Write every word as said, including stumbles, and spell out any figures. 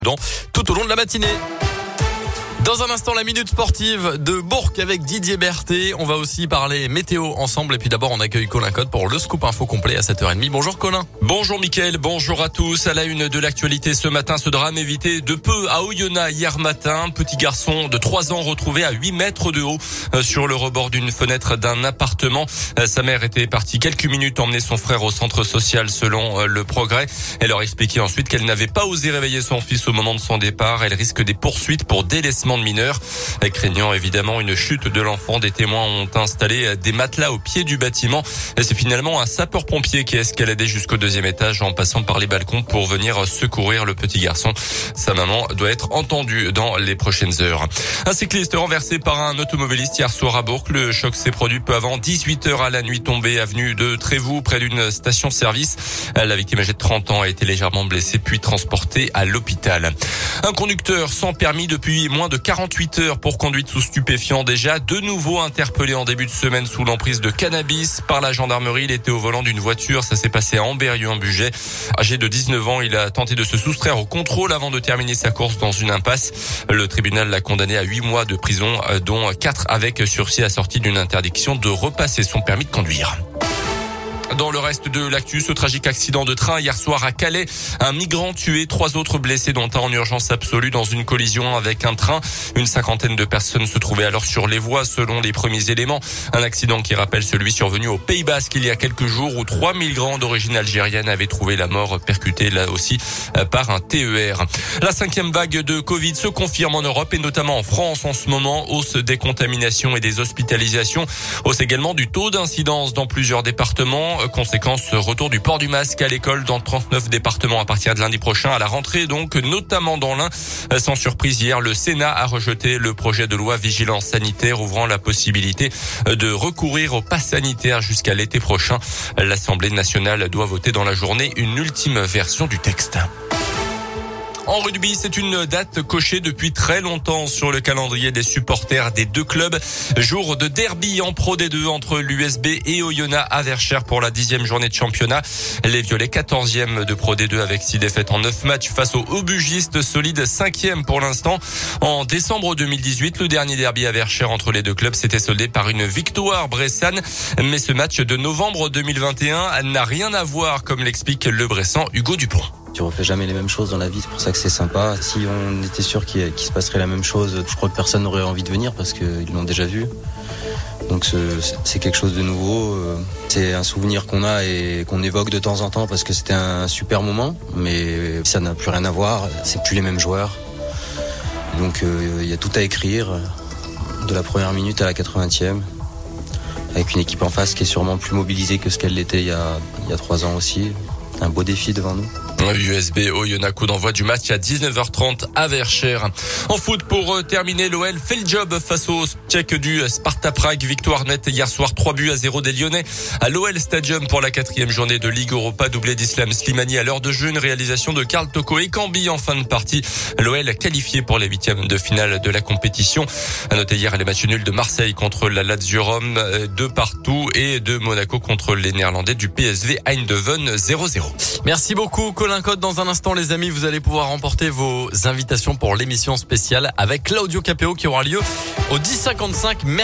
Dans, tout au long de la matinée. Dans un instant, la minute sportive de Bourg avec Didier Berthet. On va aussi parler météo ensemble. Et puis d'abord, on accueille Colin Cotte pour le scoop info complet à sept heures trente. Bonjour Colin. Bonjour Mickaël, bonjour à tous. À la une de l'actualité ce matin, ce drame évité de peu à Oyonnax hier matin. Petit garçon de trois ans retrouvé à huit mètres de haut sur le rebord d'une fenêtre d'un appartement. Sa mère était partie quelques minutes emmener son frère au centre social selon le Progrès. Elle leur expliquait ensuite qu'elle n'avait pas osé réveiller son fils au moment de son départ. Elle risque des poursuites pour délaissement de mineurs. Craignant évidemment une chute de l'enfant, des témoins ont installé des matelas au pied du bâtiment. Et c'est finalement un sapeur-pompier qui a escaladé jusqu'au deuxième étage en passant par les balcons pour venir secourir le petit garçon. Sa maman doit être entendue dans les prochaines heures. Un cycliste renversé par un automobiliste hier soir à Bourg. Le choc s'est produit peu avant dix-huit heures à la nuit tombée avenue de Trévoux près d'une station-service. La victime âgée de trente ans a été légèrement blessée puis transportée à l'hôpital. Un conducteur sans permis depuis moins de quarante-huit heures pour conduite sous stupéfiant déjà. De nouveau interpellé en début de semaine sous l'emprise de cannabis par la gendarmerie. Il était au volant d'une voiture. Ça s'est passé à Ambérieu-en-Bugey. Âgé de dix-neuf ans, il a tenté de se soustraire au contrôle avant de terminer sa course dans une impasse. Le tribunal l'a condamné à huit mois de prison, dont quatre avec sursis assorti d'une interdiction de repasser son permis de conduire. Dans le reste de l'actu, ce tragique accident de train hier soir à Calais. Un migrant tué, trois autres blessés dont un en urgence absolue dans une collision avec un train. Une cinquantaine de personnes se trouvaient alors sur les voies selon les premiers éléments. Un accident qui rappelle celui survenu au Pays Basque il y a quelques jours où trois migrants d'origine algérienne avaient trouvé la mort percutés là aussi par un T E R. La cinquième vague de Covid se confirme en Europe et notamment en France en ce moment. Hausse des contaminations et des hospitalisations. Hausse également du taux d'incidence dans plusieurs départements. Conséquence, retour du port du masque à l'école dans trente-neuf départements à partir de lundi prochain à la rentrée, donc notamment dans l'Ain. Sans surprise, hier, le Sénat a rejeté le projet de loi vigilance sanitaire ouvrant la possibilité de recourir au pass sanitaire jusqu'à l'été prochain. L'Assemblée nationale doit voter dans la journée une ultime version du texte. En rugby, c'est une date cochée depuis très longtemps sur le calendrier des supporters des deux clubs. Jour de derby en Pro D deux entre l'U S B et Oyonnax à Verchères pour la dixième journée de championnat. Les Violets quatorzième de Pro D deux avec six défaites en neuf matchs face aux Aubugistes solides cinquième pour l'instant. En décembre deux mille dix-huit, le dernier derby à Verchères entre les deux clubs s'était soldé par une victoire bressane. Mais ce match de novembre deux mille vingt et un n'a rien à voir, comme l'explique le Bressan Hugo Dupont. Tu refais jamais les mêmes choses dans la vie, c'est pour ça que c'est sympa. Si on était sûr qu'il, qu'il se passerait la même chose, je crois que personne n'aurait envie de venir parce qu'ils l'ont déjà vu. Donc c'est quelque chose de nouveau. C'est un souvenir qu'on a et qu'on évoque de temps en temps parce que c'était un super moment, mais ça n'a plus rien à voir, c'est plus les mêmes joueurs. Donc il y a tout à écrire, de la première minute à la quatre-vingtième, avec une équipe en face qui est sûrement plus mobilisée que ce qu'elle l'était il y a, il y a trois ans aussi. Un beau défi devant nous. U S B Oyonnax, coup d'envoi du match à dix-neuf heures trente à Verchères. En foot, pour terminer, l'O L fait le job face aux Tchèques du Sparta Prague. Victoire nette hier soir, trois buts à zéro des Lyonnais à l'O L Stadium pour la quatrième journée de Ligue Europa. Doublé d'Islam Slimani à l'heure de jeu. Une réalisation de Karl Toko et Cambi en fin de partie. L'O L qualifié pour les huitièmes de finale de la compétition. À noter hier les matchs nuls de Marseille contre la Lazio Rome, de partout, et de Monaco contre les Néerlandais du P S V Eindhoven zéro zéro. Merci beaucoup Colin Cotte. Dans un instant, les amis, vous allez pouvoir remporter vos invitations pour l'émission spéciale avec Claudio Capéo qui aura lieu au dix cinquante-cinq.